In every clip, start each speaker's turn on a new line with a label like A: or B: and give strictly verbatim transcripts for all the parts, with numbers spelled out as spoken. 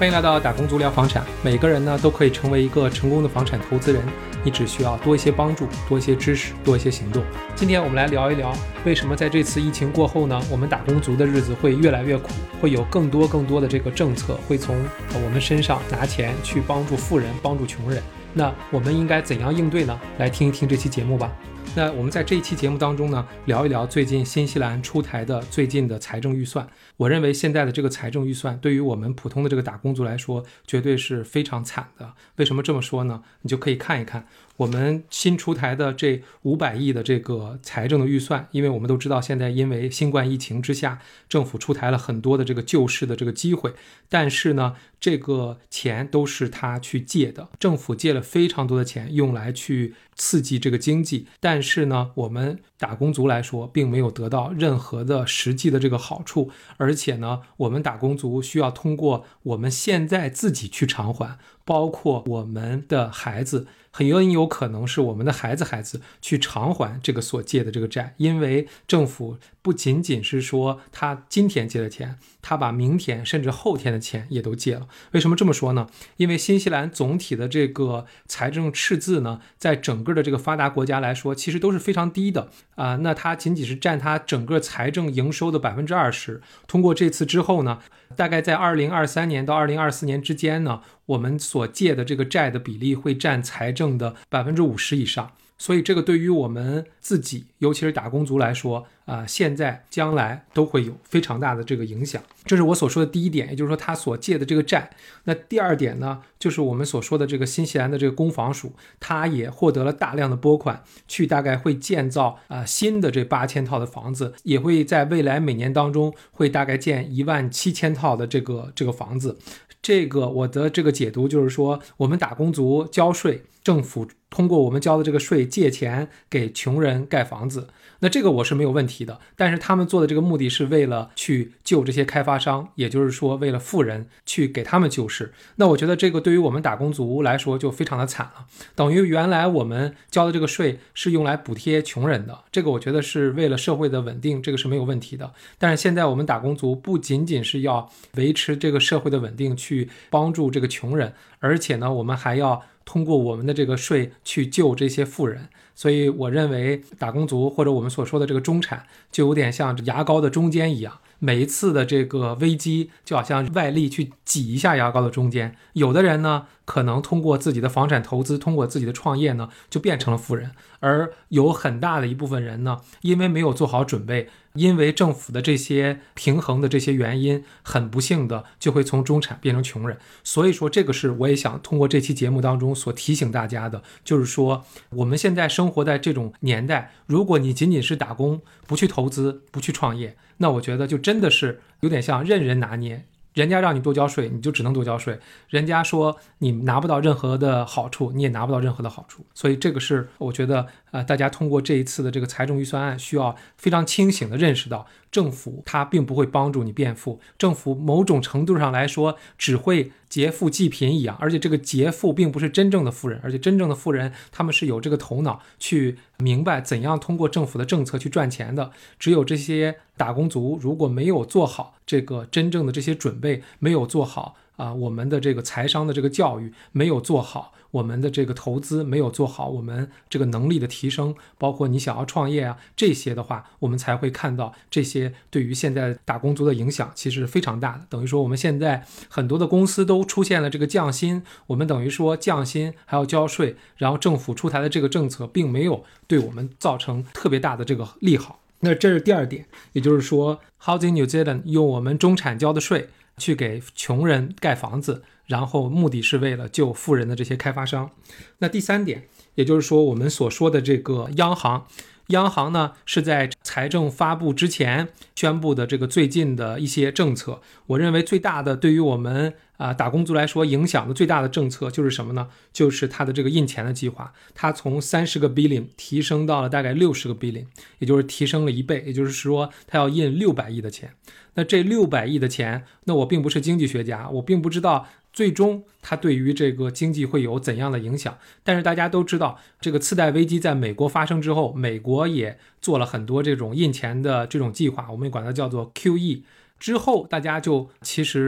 A: 欢迎来到打工族聊房产。每个人呢都可以成为一个成功的房产投资人，你只需要多一些帮助，多一些知识，多一些行动。今天我们来聊一聊，为什么在这次疫情过后呢，我们打工族的日子会越来越苦，会有更多更多的这个政策会从我们身上拿钱去帮助富人，帮助穷人。那我们应该怎样应对呢？来听一听这期节目吧。那我们在这一期节目当中呢，聊一聊最近新西兰出台的最近的财政预算。我认为现在的这个财政预算对于我们普通的这个打工族来说，绝对是非常惨的。为什么这么说呢？你就可以看一看我们新出台的这五百亿的这个财政的预算，因为我们都知道现在因为新冠疫情之下，政府出台了很多的这个救市的这个机会，但是呢，这个钱都是他去借的，政府借了非常多的钱用来去刺激这个经济，但是呢，我们打工族来说并没有得到任何的实际的这个好处，而且呢，我们打工族需要通过我们现在自己去偿还，包括我们的孩子，很有可能是我们的孩子孩子去偿还这个所借的这个债，因为政府不仅仅是说他今天借的钱，他把明天甚至后天的钱也都借了。为什么这么说呢？因为新西兰总体的这个财政赤字呢，在整个的这个发达国家来说，其实都是非常低的啊、呃。那它仅仅是占它整个财政营收的百分之二十。通过这次之后呢，大概在二零二三年到二零二四年之间呢，我们所借的这个债的比例会占财政的百分之五十以上。所以这个对于我们自己，尤其是打工族来说啊、呃，现在将来都会有非常大的这个影响。这是我所说的第一点，也就是说他所借的这个债。那第二点呢，就是我们所说的这个新西兰的这个公房署，它也获得了大量的拨款，去大概会建造啊、呃、新的这八千套的房子，也会在未来每年当中会大概建一万七千套的这个这个房子。这个我的这个解读就是说，我们打工族交税，政府通过我们交的这个税借钱给穷人盖房子，那这个我是没有问题的。但是他们做的这个目的是为了去救这些开发商，也就是说为了富人去给他们救市。那我觉得这个对于我们打工族来说就非常的惨了，等于原来我们交的这个税是用来补贴穷人的，这个我觉得是为了社会的稳定，这个是没有问题的。但是现在我们打工族不仅仅是要维持这个社会的稳定，去帮助这个穷人，而且呢，我们还要通过我们的这个税去救这些富人。所以我认为打工族或者我们所说的这个中产就有点像牙膏的中间一样，每一次的这个危机就好像外力去挤一下牙膏的中间。有的人呢可能通过自己的房产投资，通过自己的创业呢就变成了富人，而有很大的一部分人呢因为没有做好准备，因为政府的这些平衡的这些原因，很不幸的就会从中产变成穷人。所以说这个是我也想通过这期节目当中所提醒大家的，就是说我们现在生活在这种年代，如果你仅仅是打工，不去投资，不去创业，那我觉得就真的是有点像任人拿捏。人家让你多交税，你就只能多交税；人家说你拿不到任何的好处，你也拿不到任何的好处。所以这个是我觉得呃，大家通过这一次的这个财政预算案，需要非常清醒的认识到，政府它并不会帮助你变富，政府某种程度上来说只会劫富济贫一样，而且这个劫富并不是真正的富人，而且真正的富人他们是有这个头脑去明白怎样通过政府的政策去赚钱的。只有这些打工族如果没有做好这个真正的这些准备，没有做好啊、呃，我们的这个财商的这个教育，没有做好我们的这个投资，没有做好我们这个能力的提升，包括你想要创业啊，这些的话，我们才会看到这些对于现在打工族的影响其实非常大的。等于说我们现在很多的公司都出现了这个降薪，我们等于说降薪还要交税，然后政府出台的这个政策并没有对我们造成特别大的这个利好。那这是第二点，也就是说 Housing New Zealand 用我们中产交的税去给穷人盖房子，然后目的是为了救富人的这些开发商。那第三点，也就是说我们所说的这个央行，央行呢是在财政发布之前宣布的这个最近的一些政策。我认为最大的对于我们啊、呃、打工族来说影响的最大的政策就是什么呢？就是它的这个印钱的计划，它从三十个 billion 提升到了大概六十个 billion， 也就是提升了一倍，也就是说它要印六百亿的钱。那这六百亿的钱，那我并不是经济学家，我并不知道最终它对于这个经济会有怎样的影响。但是大家都知道，这个次贷危机在美国发生之后，美国也做了很多这种印钱的这种计划，我们管它叫做 Q E。之后大家就其实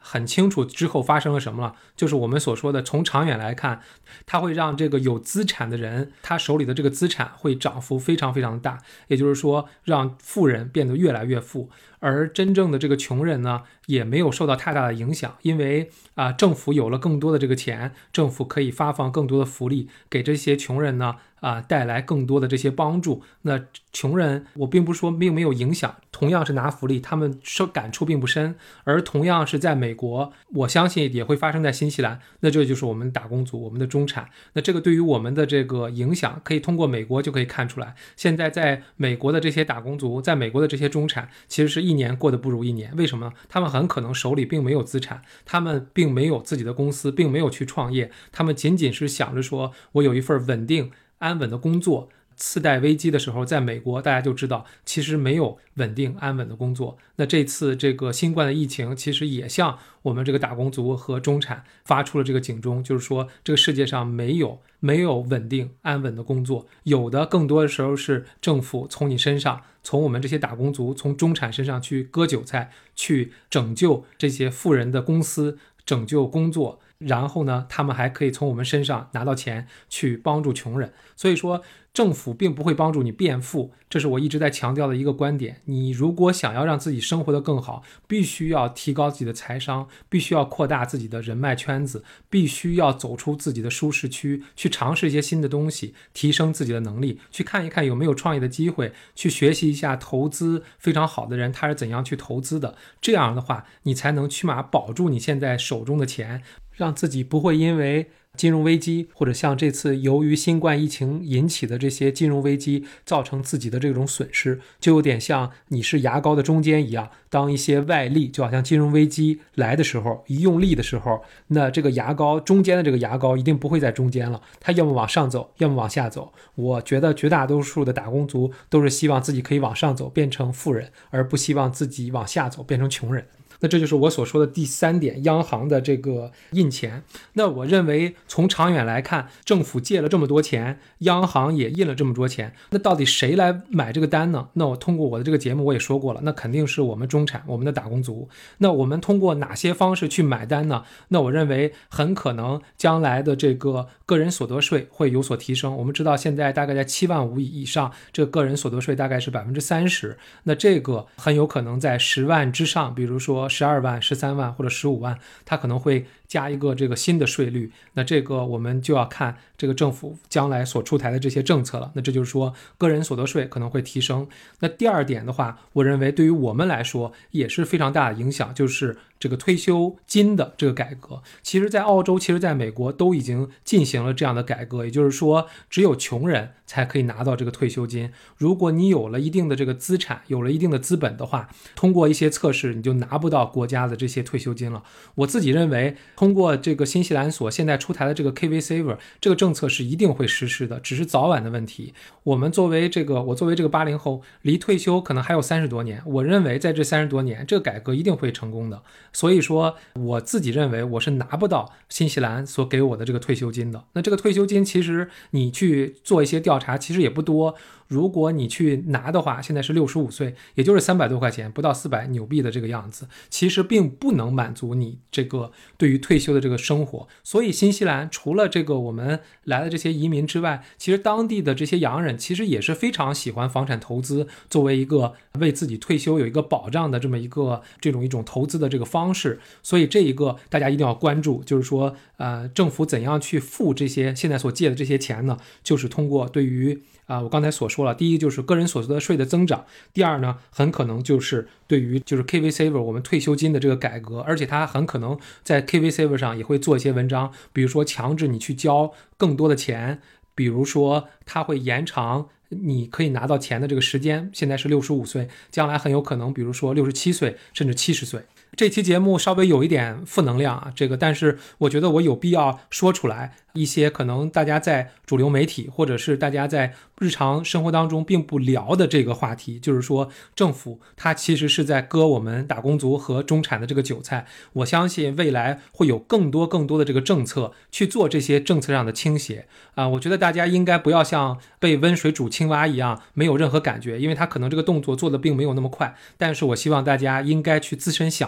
A: 很清楚之后发生了什么了，就是我们所说的从长远来看，它会让这个有资产的人他手里的这个资产会涨幅非常非常大，也就是说让富人变得越来越富，而真正的这个穷人呢也没有受到太大的影响，因为啊、呃、政府有了更多的这个钱，政府可以发放更多的福利给这些穷人呢啊、呃、带来更多的这些帮助。那穷人我并不是说并没有影响，同样是拿福利，他们受感触并不深，而同样是在美国，我相信也会发生在新西兰，那这就是我们打工族，我们的中产。那这个对于我们的这个影响可以通过美国就可以看出来，现在在美国的这些打工族，在美国的这些中产其实是一年过得不如一年。为什么呢？他们很可能手里并没有资产，他们并没有自己的公司，并没有去创业，他们仅仅是想着说我有一份稳定安稳的工作。次贷危机的时候，在美国大家就知道其实没有稳定安稳的工作。那这次这个新冠的疫情其实也向我们这个打工族和中产发出了这个警钟，就是说这个世界上没有没有稳定安稳的工作，有的更多的时候是政府从你身上，从我们这些打工族，从中产身上去割韭菜，去拯救这些富人的公司，拯救工作，然后呢他们还可以从我们身上拿到钱去帮助穷人。所以说政府并不会帮助你变富，这是我一直在强调的一个观点。你如果想要让自己生活得更好，必须要提高自己的财商，必须要扩大自己的人脉圈子，必须要走出自己的舒适区，去尝试一些新的东西，提升自己的能力，去看一看有没有创业的机会，去学习一下投资非常好的人他是怎样去投资的。这样的话你才能起码保住你现在手中的钱，让自己不会因为金融危机，或者像这次由于新冠疫情引起的这些金融危机造成自己的这种损失，就有点像你是牙膏的中间一样，当一些外力就好像金融危机来的时候，一用力的时候，那这个牙膏中间的这个牙膏一定不会在中间了，它要么往上走，要么往下走。我觉得绝大多数的打工族都是希望自己可以往上走变成富人，而不希望自己往下走变成穷人。那这就是我所说的第三点，央行的这个印钱。那我认为从长远来看，政府借了这么多钱，央行也印了这么多钱，那到底谁来买这个单呢？那我通过我的这个节目我也说过了，那肯定是我们中产，我们的打工族。那我们通过哪些方式去买单呢？那我认为很可能将来的这个个人所得税会有所提升。我们知道现在大概在七万五以上，这个个人所得税大概是百分之三十，那这个很有可能在十万之上，比如说十二万、十三万或者十五万，它可能会加一个这个新的税率。那这个我们就要看这个政府将来所出台的这些政策了。那这就是说个人所得税可能会提升。那第二点的话，我认为对于我们来说也是非常大的影响，就是这个退休金的这个改革。其实在澳洲，其实在美国都已经进行了这样的改革，也就是说只有穷人才可以拿到这个退休金。如果你有了一定的这个资产，有了一定的资本的话，通过一些测试你就拿不到国家的这些退休金了。我自己认为通过这个新西兰所现在出台的这个 K V Saver 这个政策是一定会实施的，只是早晚的问题。我们作为这个我作为这个八零后，离退休可能还有三十多年，我认为在这三十多年这个改革一定会成功的。所以说我自己认为我是拿不到新西兰所给我的这个退休金的。那这个退休金其实你去做一些调查其实也不多，如果你去拿的话，现在是六十五岁，也就是三百多块钱，不到四百纽币的这个样子，其实并不能满足你这个对于退休的这个生活。所以新西兰除了这个我们来的这些移民之外，其实当地的这些洋人其实也是非常喜欢房产投资，作为一个为自己退休有一个保障的这么一个这种一种投资的这个方式。所以这一个大家一定要关注，就是说呃，政府怎样去付这些现在所借的这些钱呢？就是通过对于啊、呃，我刚才所说了，第一就是个人所得税的增长，第二呢，很可能就是对于就是 K V Saver 我们退休金的这个改革，而且它很可能在 K V Saver 上也会做一些文章，比如说强制你去交更多的钱，比如说它会延长你可以拿到钱的这个时间，现在是六十五岁，将来很有可能比如说六十七岁甚至七十岁。这期节目稍微有一点负能量啊，这个但是我觉得我有必要说出来一些可能大家在主流媒体或者是大家在日常生活当中并不聊的这个话题，就是说政府它其实是在割我们打工族和中产的这个韭菜。我相信未来会有更多更多的这个政策去做这些政策上的倾斜啊、呃，我觉得大家应该不要像被温水煮青蛙一样没有任何感觉，因为它可能这个动作做的并没有那么快，但是我希望大家应该去自身想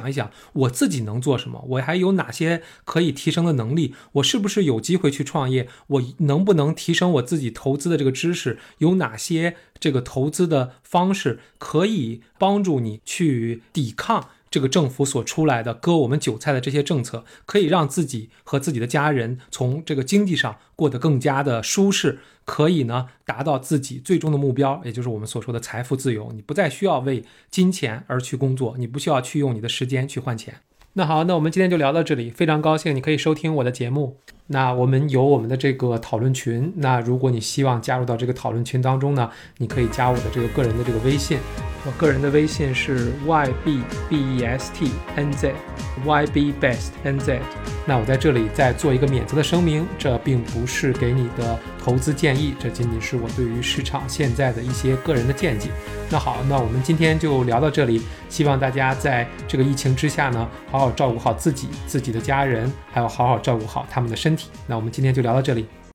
A: 想一想我自己能做什么，我还有哪些可以提升的能力，我是不是有机会去创业，我能不能提升我自己投资的这个知识，有哪些这个投资的方式可以帮助你去抵抗这个政府所出来的割我们韭菜的这些政策，可以让自己和自己的家人从这个经济上过得更加的舒适，可以呢达到自己最终的目标，也就是我们所说的财富自由。你不再需要为金钱而去工作，你不需要去用你的时间去换钱。那好，那我们今天就聊到这里，非常高兴你可以收听我的节目。那我们有我们的这个讨论群，那如果你希望加入到这个讨论群当中呢，你可以加我的这个个人的这个微信，我个人的微信是 Y B B E S T N Z Y B Best N Z。 那我在这里再做一个免责的声明，这并不是给你的投资建议，这仅仅是我对于市场现在的一些个人的见解。那好，那我们今天就聊到这里，希望大家在这个疫情之下呢，好好照顾好自己、自己的家人，还要好好照顾好他们的身体。那我们今天就聊到这里。